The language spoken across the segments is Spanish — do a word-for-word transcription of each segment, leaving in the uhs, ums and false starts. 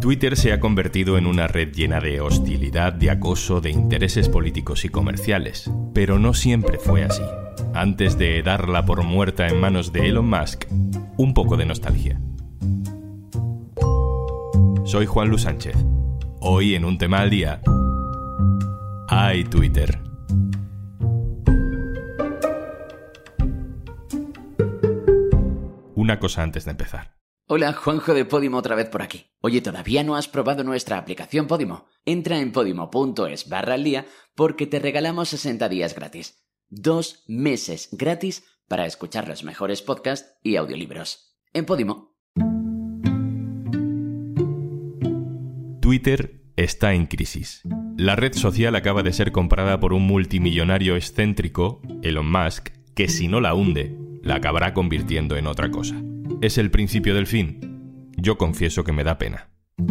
Twitter se ha convertido en una red llena de hostilidad, de acoso, de intereses políticos y comerciales. Pero no siempre fue así. Antes de darla por muerta en manos de Elon Musk, un poco de nostalgia. Soy Juan Luis Sánchez. Hoy en Un Tema al Día. ¡Ay, Twitter! Una cosa antes de empezar. Hola, Juanjo de Podimo otra vez por aquí. Oye, ¿todavía no has probado nuestra aplicación Podimo? Entra en podimo.es barra al día porque te regalamos sesenta días gratis. Dos meses gratis para escuchar los mejores podcasts y audiolibros. En Podimo. Twitter está en crisis. La red social acaba de ser comprada por un multimillonario excéntrico, Elon Musk, que si no la hunde, la acabará convirtiendo en otra cosa. ¿Es el principio del fin? Yo confieso que me da pena.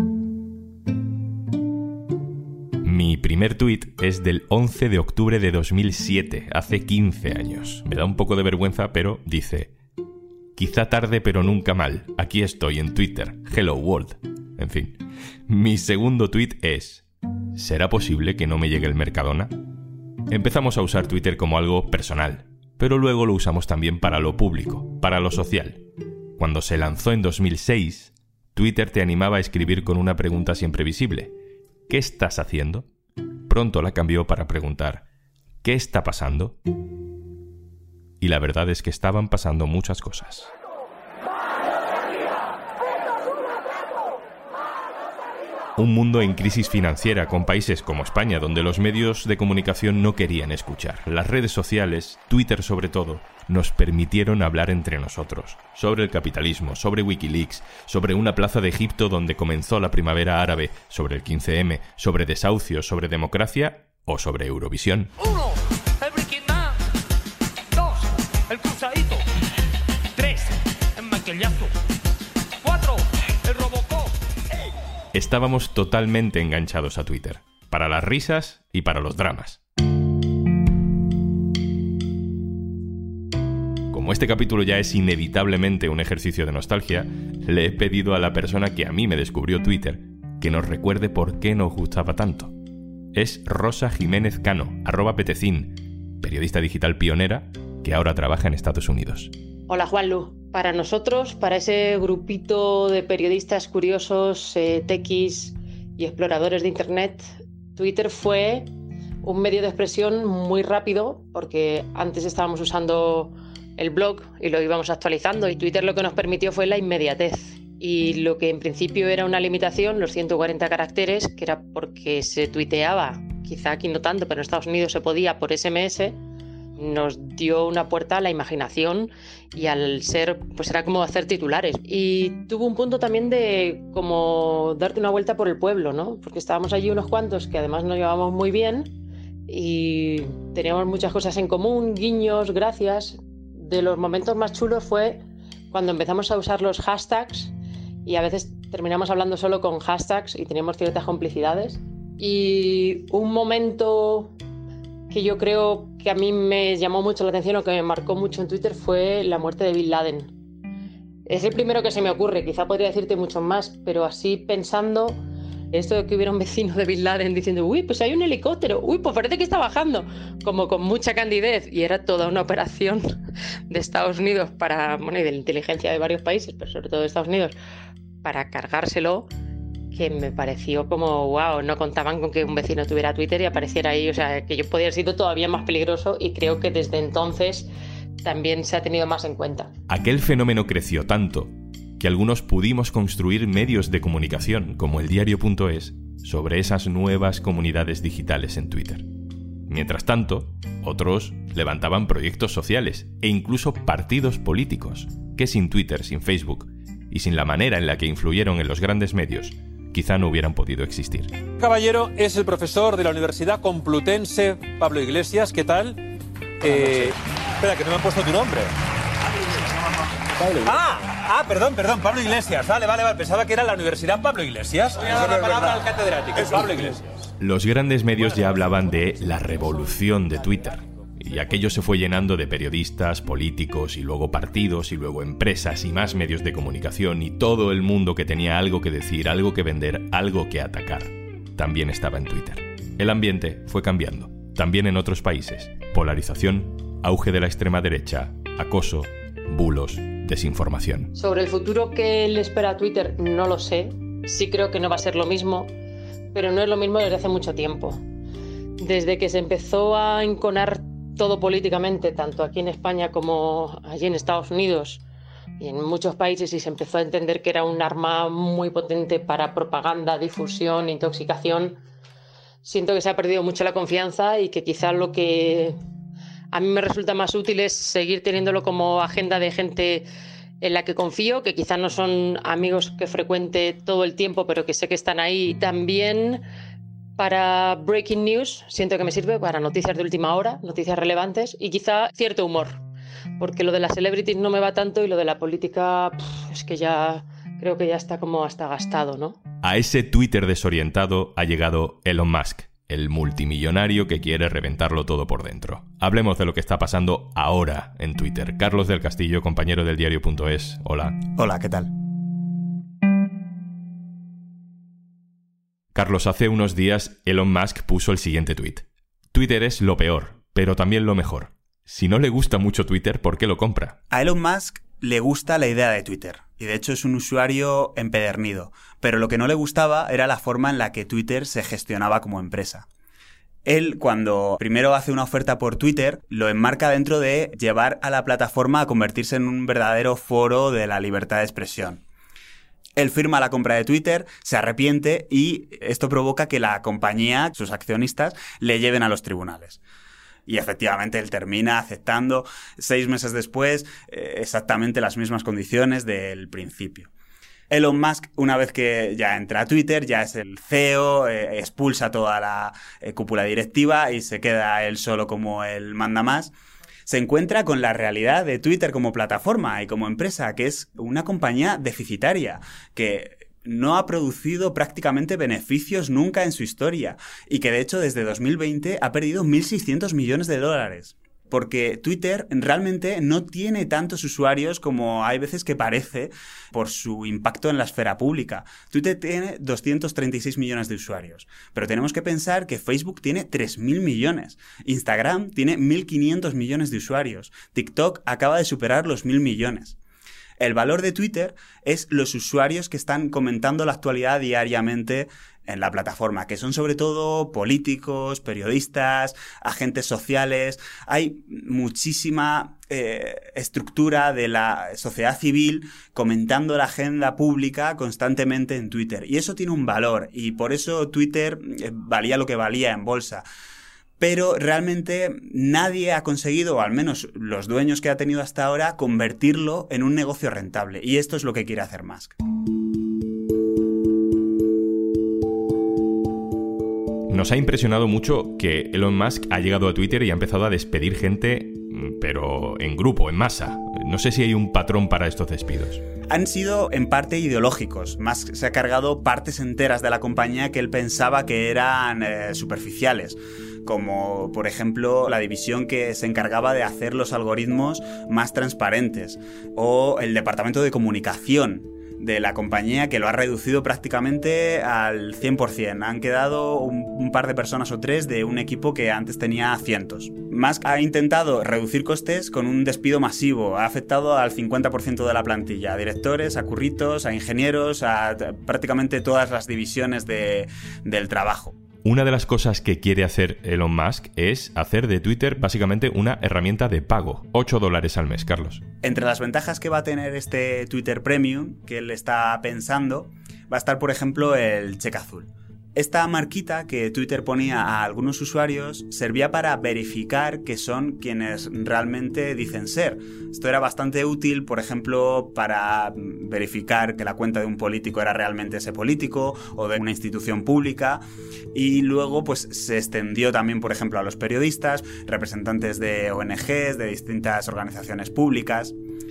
Mi primer tuit es del once de octubre de dos mil siete, hace quince años. Me da un poco de vergüenza, pero dice: quizá tarde pero nunca mal, aquí estoy en Twitter, hello world. En fin, mi segundo tuit es: ¿será posible que no me llegue el Mercadona? Empezamos a usar Twitter como algo personal, pero luego lo usamos también para lo público, para lo social. Cuando se lanzó en dos mil seis, Twitter te animaba a escribir con una pregunta siempre visible: ¿qué estás haciendo? Pronto la cambió para preguntar: ¿qué está pasando? Y la verdad es que estaban pasando muchas cosas. Un mundo en crisis financiera, con países como España, donde los medios de comunicación no querían escuchar. Las redes sociales, Twitter sobre todo, nos permitieron hablar entre nosotros. Sobre el capitalismo, sobre Wikileaks, sobre una plaza de Egipto donde comenzó la primavera árabe, sobre el quince eme, sobre desahucios, sobre democracia o sobre Eurovisión. Uno, el Breaking Man. Dos, el cruzadito. Tres, el maquillazo. Cuatro, el Robocop. Estábamos totalmente enganchados a Twitter, para las risas y para los dramas. Como este capítulo ya es inevitablemente un ejercicio de nostalgia, le he pedido a la persona que a mí me descubrió Twitter que nos recuerde por qué nos gustaba tanto. Es Rosa Jiménez Cano, arroba petecín, periodista digital pionera que ahora trabaja en Estados Unidos. Hola Juanlu. Para nosotros, para ese grupito de periodistas curiosos, eh, tequis y exploradores de Internet, Twitter fue un medio de expresión muy rápido, porque antes estábamos usando el blog y lo íbamos actualizando, y Twitter lo que nos permitió fue la inmediatez. Y lo que en principio era una limitación, los ciento cuarenta caracteres, que era porque se tuiteaba, quizá aquí no tanto, pero en Estados Unidos se podía por ese eme ese, nos dio una puerta a la imaginación, y al ser, pues era como hacer titulares. Y tuvo un punto también de como darte una vuelta por el pueblo, ¿no? Porque estábamos allí unos cuantos que además nos llevábamos muy bien y teníamos muchas cosas en común, guiños, gracias. De los momentos más chulos fue cuando empezamos a usar los hashtags, y a veces terminamos hablando solo con hashtags y teníamos ciertas complicidades. Y un momento que yo creo que a mí me llamó mucho la atención o que me marcó mucho en Twitter fue la muerte de Bin Laden. Es el primero que se me ocurre, quizá podría decirte muchos más, pero así pensando, esto de que hubiera un vecino de Bin Laden diciendo: uy, pues hay un helicóptero, uy, pues parece que está bajando, como con mucha candidez, y era toda una operación de Estados Unidos para, bueno, y de la inteligencia de varios países, pero sobre todo de Estados Unidos, para cargárselo, que me pareció como, wow, no contaban con que un vecino tuviera Twitter y apareciera ahí, o sea, que yo podía haber sido todavía más peligroso, y creo que desde entonces también se ha tenido más en cuenta. Aquel fenómeno creció tanto que algunos pudimos construir medios de comunicación, como el diario punto es, sobre esas nuevas comunidades digitales en Twitter. Mientras tanto, otros levantaban proyectos sociales e incluso partidos políticos, que sin Twitter, sin Facebook y sin la manera en la que influyeron en los grandes medios, quizá no hubieran podido existir. Caballero es el profesor de la Universidad Complutense Pablo Iglesias. ¿Qué tal? Eh, espera, que no me han puesto tu nombre. Ah, ah, perdón, perdón, Pablo Iglesias. Vale, vale, vale. Pensaba que era la Universidad Pablo Iglesias. Voy a dar la palabra al catedrático. Es Pablo Iglesias. Los grandes medios ya hablaban de la revolución de Twitter. y aquello se fue llenando de periodistas, políticos y luego partidos y luego empresas y más medios de comunicación y todo el mundo que tenía algo que decir, algo que vender, algo que atacar. También estaba en Twitter. El ambiente fue cambiando, también en otros países. Polarización, auge de la extrema derecha, acoso, bulos, desinformación. Sobre el futuro que le espera a Twitter, no lo sé. Sí creo que no va a ser lo mismo, pero no es lo mismo desde hace mucho tiempo. Desde que se empezó a enconar todo políticamente, tanto aquí en España como allí en Estados Unidos y en muchos países, y se empezó a entender que era un arma muy potente para propaganda, difusión, intoxicación, siento que se ha perdido mucho la confianza y que quizás lo que a mí me resulta más útil es seguir teniéndolo como agenda de gente en la que confío, que quizás no son amigos que frecuente todo el tiempo, pero que sé que están ahí. También para breaking news, siento que me sirve para noticias de última hora, noticias relevantes, y quizá cierto humor, porque lo de las celebrities no me va tanto y lo de la política pff, es que ya creo que ya está como hasta gastado, ¿no? A ese Twitter desorientado ha llegado Elon Musk, el multimillonario que quiere reventarlo todo por dentro. Hablemos de lo que está pasando ahora en Twitter. Carlos del Castillo, compañero del diario punto es. Hola. Hola, ¿qué tal? Carlos, hace unos días Elon Musk puso el siguiente tuit. Twitter es lo peor, pero también lo mejor. Si no le gusta mucho Twitter, ¿por qué lo compra? A Elon Musk le gusta la idea de Twitter. Y de hecho es un usuario empedernido. Pero lo que no le gustaba era la forma en la que Twitter se gestionaba como empresa. Él, cuando primero hace una oferta por Twitter, lo enmarca dentro de llevar a la plataforma a convertirse en un verdadero foro de la libertad de expresión. Él firma la compra de Twitter, se arrepiente y esto provoca que la compañía, sus accionistas, le lleven a los tribunales. Y efectivamente él termina aceptando, seis meses después, eh, exactamente las mismas condiciones del principio. Elon Musk, una vez que ya entra a Twitter, ya es el C E O, eh, expulsa toda la eh, cúpula directiva y se queda él solo como el mandamás. Se encuentra con la realidad de Twitter como plataforma y como empresa, que es una compañía deficitaria, que no ha producido prácticamente beneficios nunca en su historia y que de hecho desde dos mil veinte ha perdido mil seiscientos millones de dólares. Porque Twitter realmente no tiene tantos usuarios como hay veces que parece por su impacto en la esfera pública. Twitter tiene doscientos treinta y seis millones de usuarios, pero tenemos que pensar que Facebook tiene tres mil millones, Instagram tiene mil quinientos millones de usuarios, TikTok acaba de superar los mil millones. El valor de Twitter es los usuarios que están comentando la actualidad diariamente en la plataforma, que son sobre todo políticos, periodistas, agentes sociales. Hay muchísima eh, estructura de la sociedad civil comentando la agenda pública constantemente en Twitter. Y eso tiene un valor y por eso Twitter valía lo que valía en bolsa. Pero realmente nadie ha conseguido, o al menos los dueños que ha tenido hasta ahora, convertirlo en un negocio rentable. Y esto es lo que quiere hacer Musk. Nos ha impresionado mucho que Elon Musk ha llegado a Twitter y ha empezado a despedir gente, pero en grupo, en masa. No sé si hay un patrón para estos despidos. Han sido en parte ideológicos. Musk se ha cargado partes enteras de la compañía que él pensaba que eran eh, superficiales, como por ejemplo la división que se encargaba de hacer los algoritmos más transparentes, o el departamento de comunicación de la compañía, que lo ha reducido prácticamente al cien por ciento. Han quedado un, un par de personas o tres de un equipo que antes tenía cientos. Musk ha intentado reducir costes con un despido masivo. Ha afectado al cincuenta por ciento de la plantilla, a directores, a curritos, a ingenieros, a prácticamente todas las divisiones de, del trabajo. Una de las cosas que quiere hacer Elon Musk es hacer de Twitter básicamente una herramienta de pago. ocho dólares al mes, Carlos. Entre las ventajas que va a tener este Twitter Premium, que él está pensando, va a estar, por ejemplo, el cheque azul. Esta marquita que Twitter ponía a algunos usuarios servía para verificar que son quienes realmente dicen ser. Esto era bastante útil, por ejemplo, para verificar que la cuenta de un político era realmente ese político o de una institución pública. Y luego pues se extendió también, por ejemplo, a los periodistas, representantes de O N Ges, de distintas organizaciones públicas.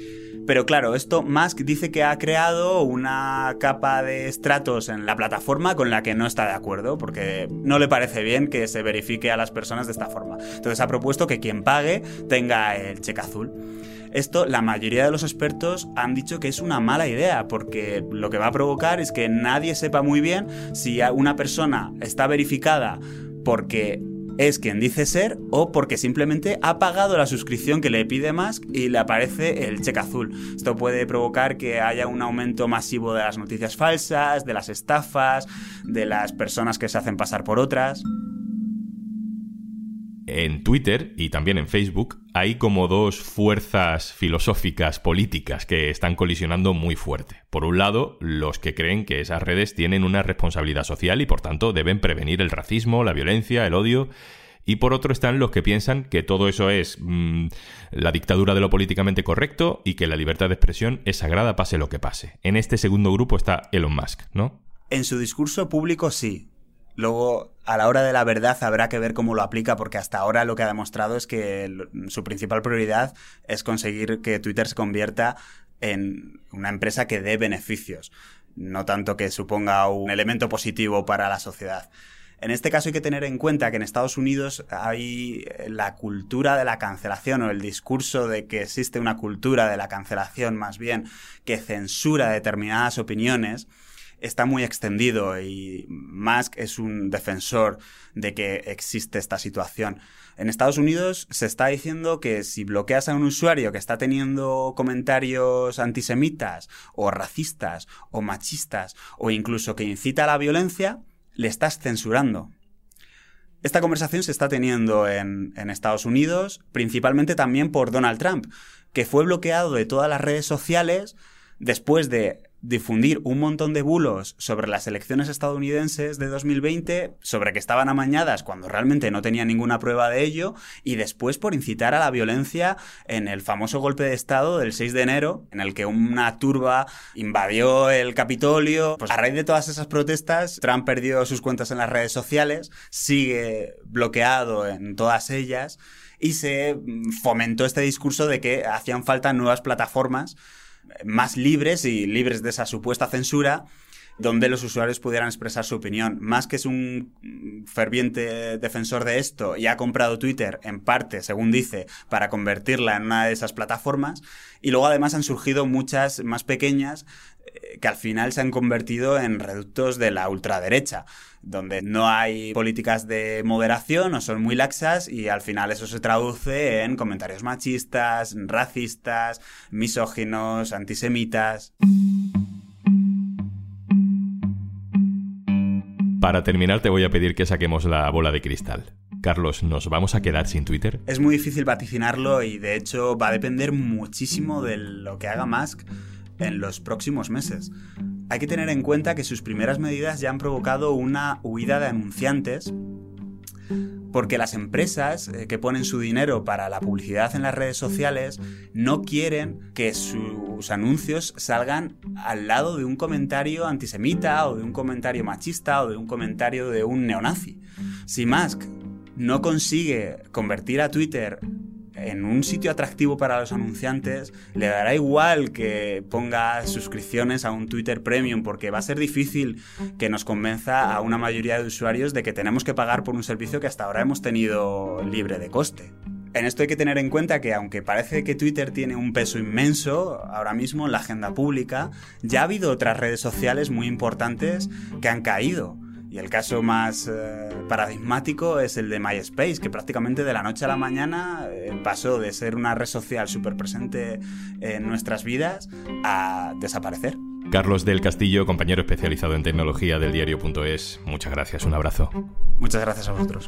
Pero claro, esto Musk dice que ha creado una capa de estratos en la plataforma con la que no está de acuerdo, porque no le parece bien que se verifique a las personas de esta forma. Entonces ha propuesto que quien pague tenga el cheque azul. Esto, la mayoría de los expertos han dicho que es una mala idea, porque lo que va a provocar es que nadie sepa muy bien si una persona está verificada porque es quien dice ser o porque simplemente ha pagado la suscripción que le pide Musk y le aparece el cheque azul. Esto puede provocar que haya un aumento masivo de las noticias falsas, de las estafas, de las personas que se hacen pasar por otras. En Twitter y también en Facebook hay como dos fuerzas filosóficas políticas que están colisionando muy fuerte. Por un lado, los que creen que esas redes tienen una responsabilidad social y por tanto deben prevenir el racismo, la violencia, el odio. Y por otro están los que piensan que todo eso es mmm, la dictadura de lo políticamente correcto y que la libertad de expresión es sagrada pase lo que pase. En este segundo grupo está Elon Musk, ¿no? En su discurso público sí. Luego, a la hora de la verdad, habrá que ver cómo lo aplica, porque hasta ahora lo que ha demostrado es que su principal prioridad es conseguir que Twitter se convierta en una empresa que dé beneficios, no tanto que suponga un elemento positivo para la sociedad. En este caso hay que tener en cuenta que en Estados Unidos hay la cultura de la cancelación, o el discurso de que existe una cultura de la cancelación, más bien, que censura determinadas opiniones, está muy extendido, y Musk es un defensor de que existe esta situación. En Estados Unidos se está diciendo que si bloqueas a un usuario que está teniendo comentarios antisemitas o racistas o machistas o incluso que incita a la violencia, le estás censurando. Esta conversación se está teniendo en, en Estados Unidos, principalmente también por Donald Trump, que fue bloqueado de todas las redes sociales después de difundir un montón de bulos sobre las elecciones estadounidenses de dos mil veinte, sobre que estaban amañadas cuando realmente no tenía ninguna prueba de ello, y después por incitar a la violencia en el famoso golpe de Estado del seis de enero, en el que una turba invadió el Capitolio. Pues a raíz de todas esas protestas, Trump perdió sus cuentas en las redes sociales, sigue bloqueado en todas ellas, y se fomentó este discurso de que hacían falta nuevas plataformas más libres y libres de esa supuesta censura, donde los usuarios pudieran expresar su opinión. Musk es un ferviente defensor de esto y ha comprado Twitter, en parte, según dice, para convertirla en una de esas plataformas. Y luego además han surgido muchas más pequeñas eh, que al final se han convertido en reductos de la ultraderecha, donde no hay políticas de moderación o son muy laxas, y al final eso se traduce en comentarios machistas, racistas, misóginos, antisemitas. Para terminar, te voy a pedir que saquemos la bola de cristal. Carlos, ¿nos vamos a quedar sin Twitter? Es muy difícil vaticinarlo, y de hecho va a depender muchísimo de lo que haga Musk en los próximos meses. Hay que tener en cuenta que sus primeras medidas ya han provocado una huida de anunciantes, porque las empresas eh, que ponen su dinero para la publicidad en las redes sociales no quieren que sus anuncios salgan al lado de un comentario antisemita o de un comentario machista o de un comentario de un neonazi. Si Musk no consigue convertir a Twitter en un sitio atractivo para los anunciantes, le dará igual que ponga suscripciones a un Twitter Premium, porque va a ser difícil que nos convenza a una mayoría de usuarios de que tenemos que pagar por un servicio que hasta ahora hemos tenido libre de coste. En esto hay que tener en cuenta que, aunque parece que Twitter tiene un peso inmenso ahora mismo en la agenda pública, ya ha habido otras redes sociales muy importantes que han caído. Y el caso más eh, paradigmático es el de MySpace, que prácticamente de la noche a la mañana eh, pasó de ser una red social súper presente en nuestras vidas a desaparecer. Carlos del Castillo, compañero especializado en tecnología del diario punto es, muchas gracias, un abrazo. Muchas gracias a vosotros.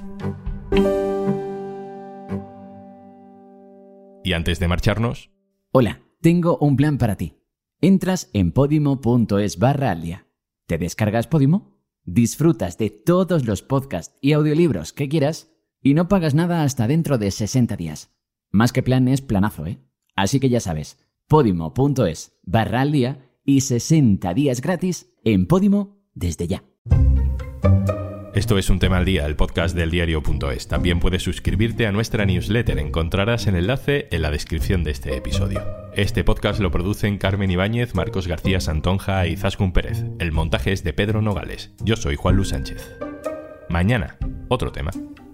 Y antes de marcharnos... Hola, tengo un plan para ti. Entras en podimo.es barra al día. ¿Te descargas Podimo? Disfrutas de todos los podcasts y audiolibros que quieras y no pagas nada hasta dentro de sesenta días. Más que plan es planazo, ¿eh? Así que ya sabes, podimo.es barra al día y sesenta días gratis en Podimo desde ya. Esto es Un Tema al Día, el podcast del diario punto es. También puedes suscribirte a nuestra newsletter. Encontrarás el enlace en la descripción de este episodio. Este podcast lo producen Carmen Ibáñez, Marcos García Santonja y Zaskun Pérez. El montaje es de Pedro Nogales. Yo soy Juan Luis Sánchez. Mañana, otro tema.